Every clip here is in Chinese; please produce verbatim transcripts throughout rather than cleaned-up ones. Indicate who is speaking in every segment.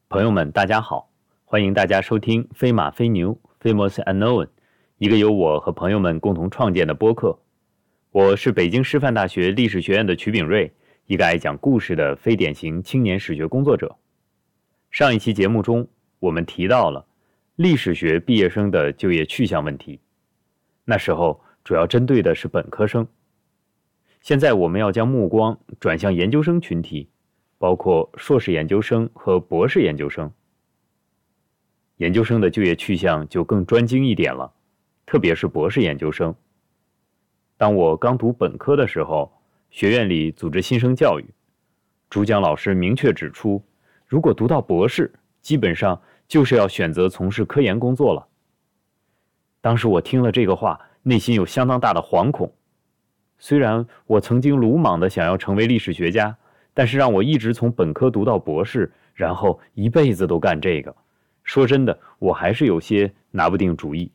Speaker 1: 朋友们，大家好，欢迎大家收听飞马飞牛 Famous Unknown， 一个由我和朋友们共同创建的播客。我是北京师范大学历史学院的曲炳瑞，一个爱讲故事的非典型青年史学工作者。上一期节目中，我们提到了历史学毕业生的就业去向问题，那时候主要针对的是本科生。现在我们要将目光转向研究生群体，包括硕士研究生和博士研究生。研究生的就业去向就更专精一点了，特别是博士研究生。当我刚读本科的时候，学院里组织新生教育，主讲老师明确指出，如果读到博士，基本上就是要选择从事科研工作了。当时我听了这个话，内心有相当大的惶恐。虽然我曾经鲁莽地想要成为历史学家，但是让我一直从本科读到博士，然后一辈子都干这个，说真的，我还是有些拿不定主意。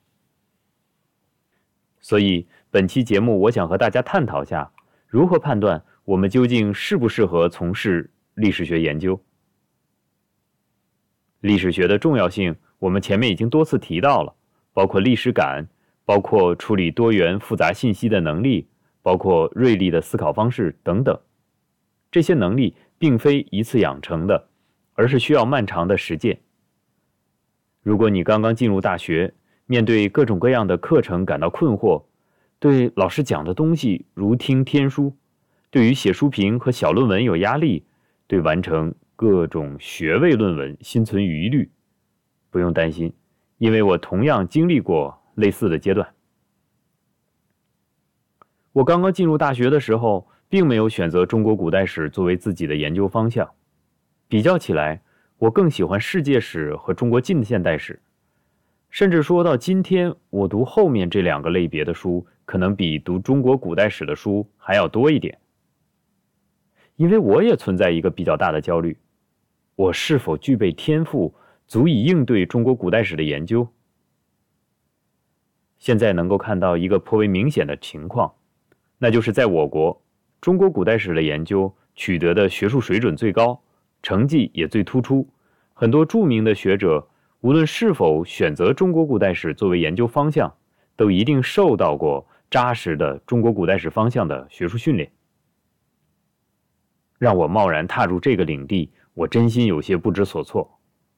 Speaker 1: 所以本期节目我想和大家探讨下，如何判断我们究竟适不适合从事历史学研究。历史学的重要性我们前面已经多次提到了，包括历史感，包括处理多元复杂信息的能力，包括锐利的思考方式等等。这些能力并非一次养成的，而是需要漫长的实践。如果你刚刚进入大学，面对各种各样的课程感到困惑，对老师讲的东西如听天书，对于写书评和小论文有压力，对完成各种学位论文心存疑虑，不用担心，因为我同样经历过类似的阶段。我刚刚进入大学的时候，并没有选择中国古代史作为自己的研究方向。比较起来，我更喜欢世界史和中国近现代史。甚至说到今天，我读后面这两个类别的书，可能比读中国古代史的书还要多一点。因为我也存在一个比较大的焦虑，我是否具备天赋，足以应对中国古代史的研究？现在能够看到一个颇为明显的情况，那就是在我国，中国古代史的研究取得的学术水准最高，成绩也最突出。很多著名的学者，无论是否选择中国古代史作为研究方向，都一定受到过扎实的中国古代史方向的学术训练。让我贸然踏入这个领地，我真心有些不知所措。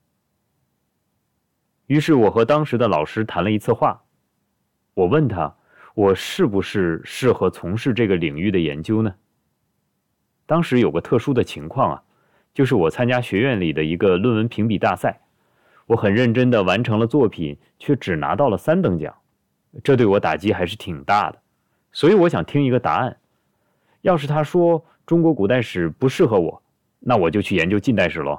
Speaker 1: 于是我和当时的老师谈了一次话，我问他，我是不是适合从事这个领域的研究呢？当时有个特殊的情况啊，就是我参加学院里的一个论文评比大赛，我很认真地完成了作品，却只拿到了三等奖，这对我打击还是挺大的。所以我想听一个答案。要是他说中国古代史不适合我，那我就去研究近代史咯。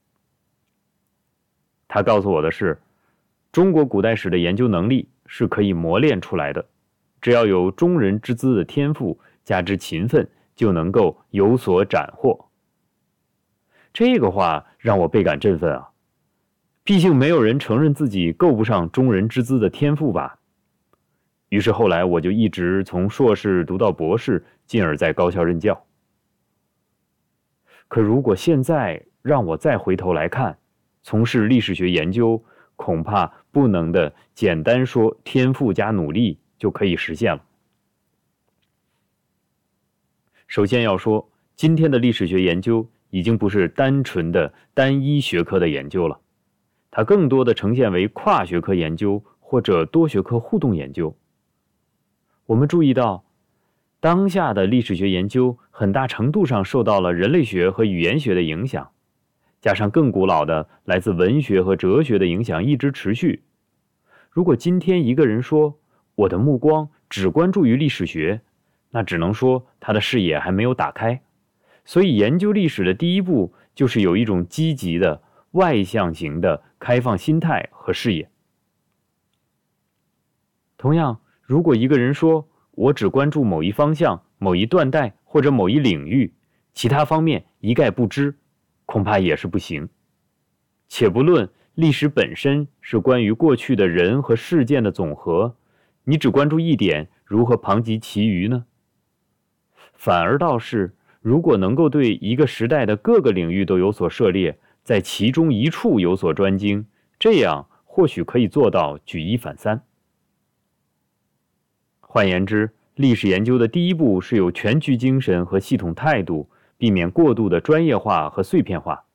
Speaker 1: 他告诉我的是，中国古代史的研究能力是可以磨练出来的，只要有中人之资的天赋，加之勤奋，就能够有所斩获。这个话让我倍感振奋啊！毕竟没有人承认自己够不上中人之资的天赋吧。于是后来我就一直从硕士读到博士，进而在高校任教。可如果现在让我再回头来看，从事历史学研究，恐怕不能的简单说天赋加努力就可以实现了。首先要说，今天的历史学研究已经不是单纯的单一学科的研究了，它更多的呈现为跨学科研究或者多学科互动研究。我们注意到，当下的历史学研究很大程度上受到了人类学和语言学的影响，加上更古老的来自文学和哲学的影响一直持续。如果今天一个人说我的目光只关注于历史学，那只能说他的视野还没有打开。所以研究历史的第一步就是有一种积极的外向型的开放心态和视野。同样，如果一个人说我只关注某一方向、某一断代或者某一领域，其他方面一概不知，恐怕也是不行。且不论历史本身是关于过去的人和事件的总和，你只关注一点，如何旁及其余呢？反而倒是，如果能够对一个时代的各个领域都有所涉猎， 在其中一处有所专精，这样或许可以做到举一反三。换言之，历史研究的第一步是有全局精神和系统态度，避免过度的专业化和碎片化。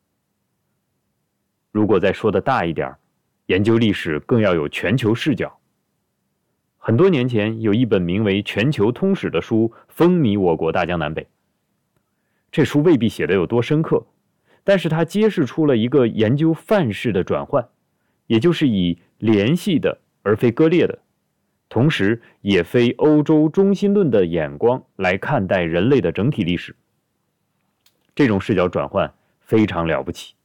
Speaker 1: 如果再说的大一点，研究历史更要有全球视角。很多年前有一本名为《全球通史》的书风靡我国大江南北。这书未必写得有多深刻，但是它揭示出了一个研究范式的转换，也就是以联系的而非割裂的，同时也非欧洲中心论的眼光来看待人类的整体历史。这种视角转换非常了不起。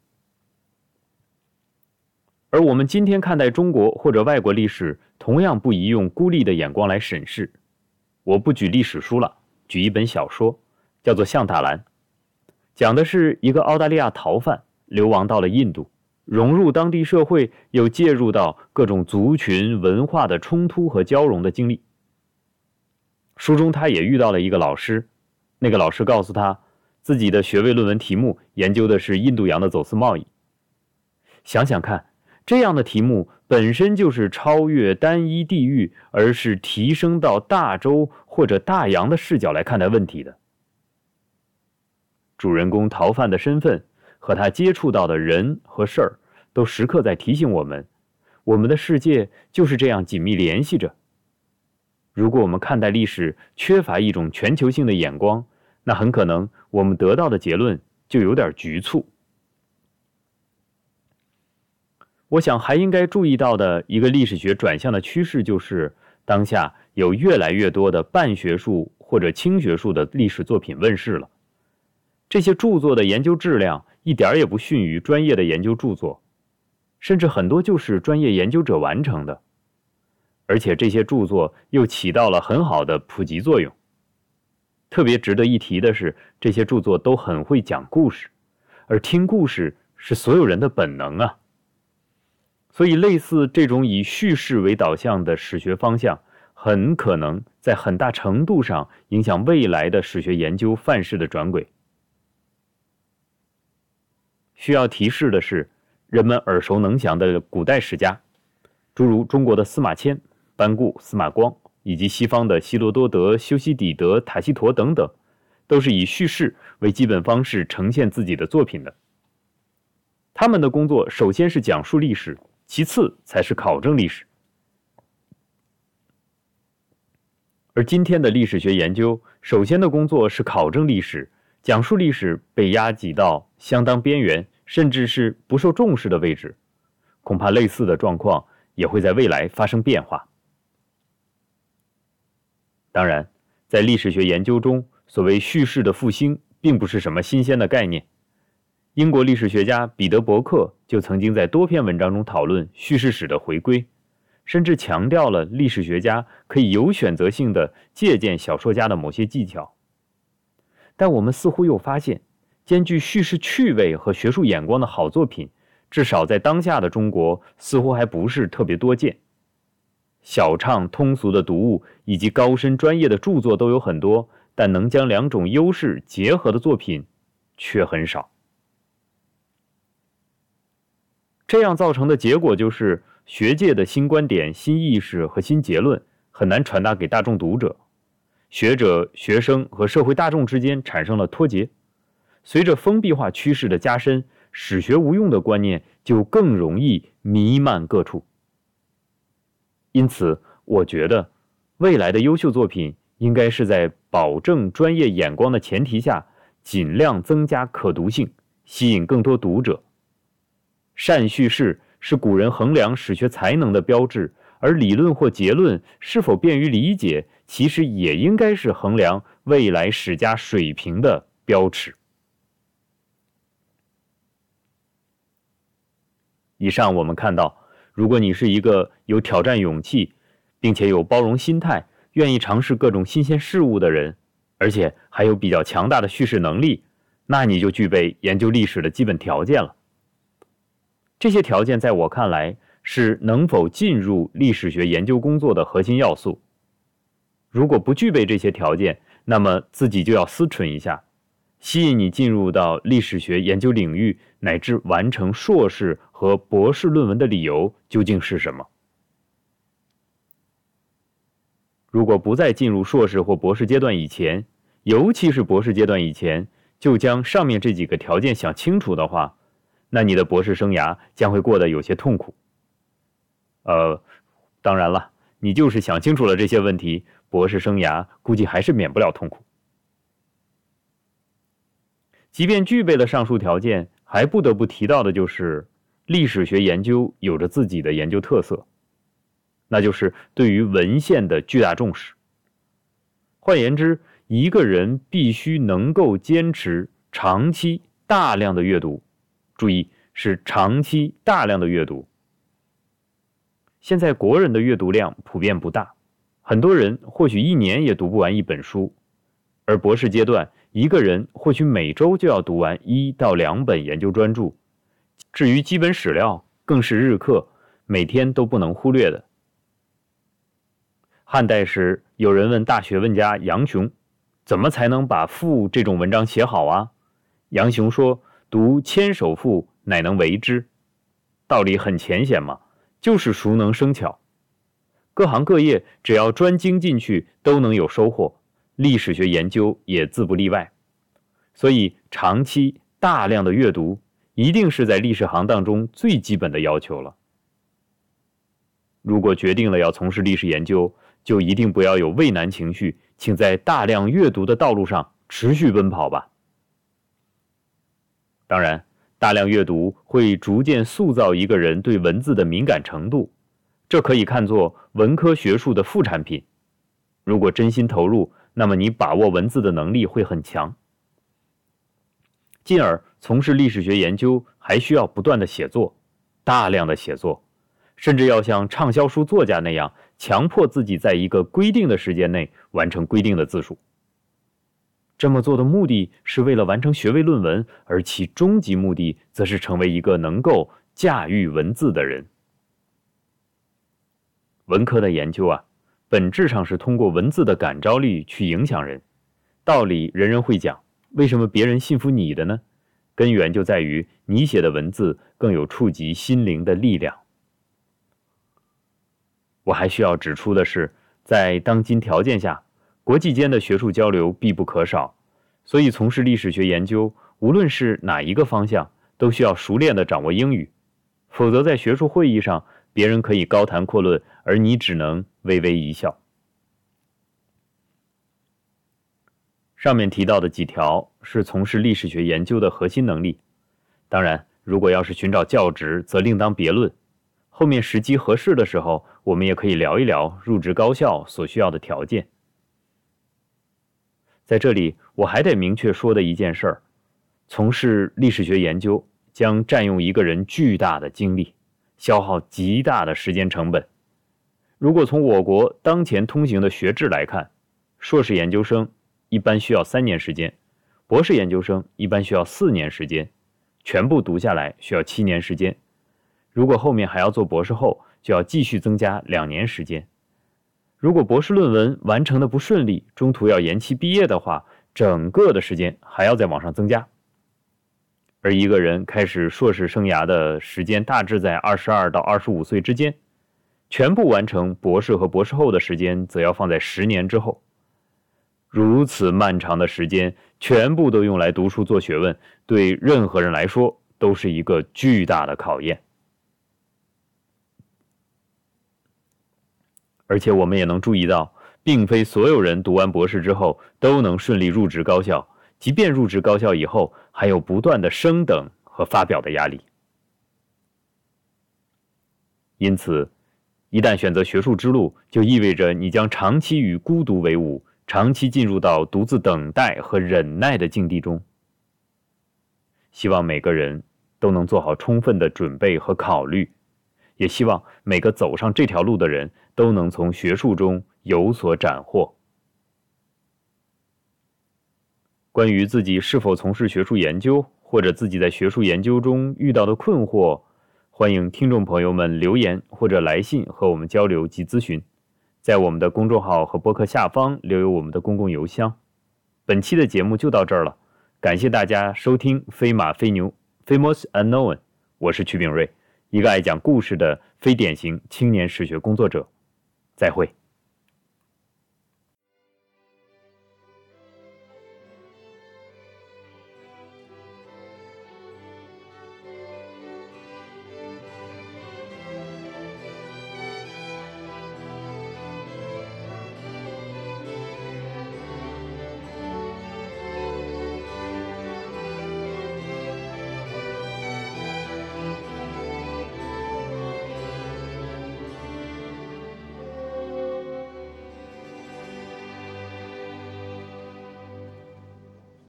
Speaker 1: 而我们今天看待中国或者外国历史，同样不宜用孤立的眼光来审视。我不举历史书了，举一本小说，叫做《象塔兰》，讲的是一个澳大利亚逃犯流亡到了印度，融入当地社会，又介入到各种族群文化的冲突和交融的经历。书中他也遇到了一个老师，那个老师告诉他，自己的学位论文题目研究的是印度洋的走私贸易。想想看，这样的题目本身就是超越单一地域，而是提升到大洲或者大洋的视角来看待问题的。主人公逃犯的身份和他接触到的人和事儿，都时刻在提醒我们，我们的世界就是这样紧密联系着。如果我们看待历史缺乏一种全球性的眼光，那很可能我们得到的结论就有点局促。我想还应该注意到的一个历史学转向的趋势，就是当下有越来越多的半学术或者轻学术的历史作品问世了。这些著作的研究质量一点也不逊于专业的研究著作，甚至很多就是专业研究者完成的。而且这些著作又起到了很好的普及作用。特别值得一提的是，这些著作都很会讲故事，而听故事是所有人的本能啊。所以类似这种以叙事为导向的史学方向，很可能在很大程度上影响未来的史学研究范式的转轨。需要提示的是，人们耳熟能详的古代史家，诸如中国的司马迁、班固、司马光，以及西方的希罗多德、修昔底德、塔西佗等等，都是以叙事为基本方式呈现自己的作品的。他们的工作首先是讲述历史，其次才是考证历史。而今天的历史学研究，首先的工作是考证历史，讲述历史被压挤到相当边缘，甚至是不受重视的位置。恐怕类似的状况也会在未来发生变化。当然，在历史学研究中，所谓叙事的复兴并不是什么新鲜的概念。英国历史学家彼得·伯克就曾经在多篇文章中讨论叙事史的回归，甚至强调了历史学家可以有选择性地借鉴小说家的某些技巧。但我们似乎又发现，兼具叙事趣味和学术眼光的好作品，至少在当下的中国似乎还不是特别多见。小畅通俗的读物以及高深专业的著作都有很多，但能将两种优势结合的作品却很少。这样造成的结果就是，学界的新观点、新意识和新结论很难传达给大众读者，学者、学生和社会大众之间产生了脱节。随着封闭化趋势的加深，史学无用的观念就更容易弥漫各处。因此，我觉得未来的优秀作品应该是在保证专业眼光的前提下，尽量增加可读性，吸引更多读者。善叙事是古人衡量史学才能的标志，而理论或结论是否便于理解，其实也应该是衡量未来史家水平的标尺。以上我们看到，如果你是一个有挑战勇气，并且有包容心态，愿意尝试各种新鲜事物的人，而且还有比较强大的叙事能力，那你就具备研究历史的基本条件了。这些条件在我看来是能否进入历史学研究工作的核心要素。如果不具备这些条件，那么自己就要思忖一下， 吸引你进入到历史学研究领域乃至完成硕士和博士论文的理由究竟是什么？如果不在进入硕士或博士阶段以前，尤其是博士阶段以前，就将上面这几个条件想清楚的话，那你的博士生涯将会过得有些痛苦。呃，当然了，你就是想清楚了这些问题，博士生涯估计还是免不了痛苦。即便具备了上述条件，还不得不提到的就是历史学研究有着自己的研究特色，那就是对于文献的巨大重视。换言之，一个人必须能够坚持长期大量的阅读，注意是长期大量的阅读。现在国人的阅读量普遍不大，很多人或许一年也读不完一本书，而博士阶段一个人或许每周就要读完一到两本研究专著，至于基本史料更是日课，每天都不能忽略的。汉代时有人问大学问家杨雄，怎么才能把赋这种文章写好啊？杨雄说，读千首赋乃能为之。道理很浅显嘛，就是熟能生巧。各行各业只要专精进去都能有收获，历史学研究也自不例外。所以长期大量的阅读一定是在历史行当中最基本的要求了。如果决定了要从事历史研究，就一定不要有畏难情绪，请在大量阅读的道路上持续奔跑吧。当然，大量阅读会逐渐塑造一个人对文字的敏感程度，这可以看作文科学术的副产品。如果真心投入，那么你把握文字的能力会很强。进而从事历史学研究还需要不断的写作，大量的写作，甚至要像畅销书作家那样强迫自己在一个规定的时间内完成规定的字数。这么做的目的是为了完成学位论文，而其终极目的则是成为一个能够驾驭文字的人。文科的研究啊，本质上是通过文字的感召力去影响人。道理人人会讲，为什么别人信服你的呢？根源就在于你写的文字更有触及心灵的力量。我还需要指出的是，在当今条件下，国际间的学术交流必不可少，所以从事历史学研究，无论是哪一个方向，都需要熟练地掌握英语，否则在学术会议上，别人可以高谈阔论，而你只能微微一笑。上面提到的几条是从事历史学研究的核心能力，当然，如果要是寻找教职，则另当别论。后面时机合适的时候，我们也可以聊一聊入职高校所需要的条件。在这里，我还得明确说的一件事儿，从事历史学研究将占用一个人巨大的精力，消耗极大的时间成本。如果从我国当前通行的学制来看，硕士研究生一般需要三年时间，博士研究生一般需要四年时间，全部读下来需要七年时间。如果后面还要做博士后，就要继续增加两年时间。如果博士论文完成的不顺利，中途要延期毕业的话，整个的时间还要再往上增加。而一个人开始硕士生涯的时间大致在二十二到二十五岁之间，全部完成博士和博士后的时间则要放在十年之后。如此漫长的时间，全部都用来读书做学问，对任何人来说都是一个巨大的考验。而且我们也能注意到，并非所有人读完博士之后都能顺利入职高校，即便入职高校以后，还有不断的升等和发表的压力。因此，一旦选择学术之路，就意味着你将长期与孤独为伍，长期进入到独自等待和忍耐的境地中。希望每个人都能做好充分的准备和考虑，也希望每个走上这条路的人都能从学术中有所斩获。关于自己是否从事学术研究，或者自己在学术研究中遇到的困惑，欢迎听众朋友们留言或者来信和我们交流及咨询，在我们的公众号和播客下方留有我们的公共邮箱。本期的节目就到这儿了， 感谢大家收听《飞马飞牛》Famous Unknown， 我是曲炳瑞，一个爱讲故事的非典型青年史学工作者。再会。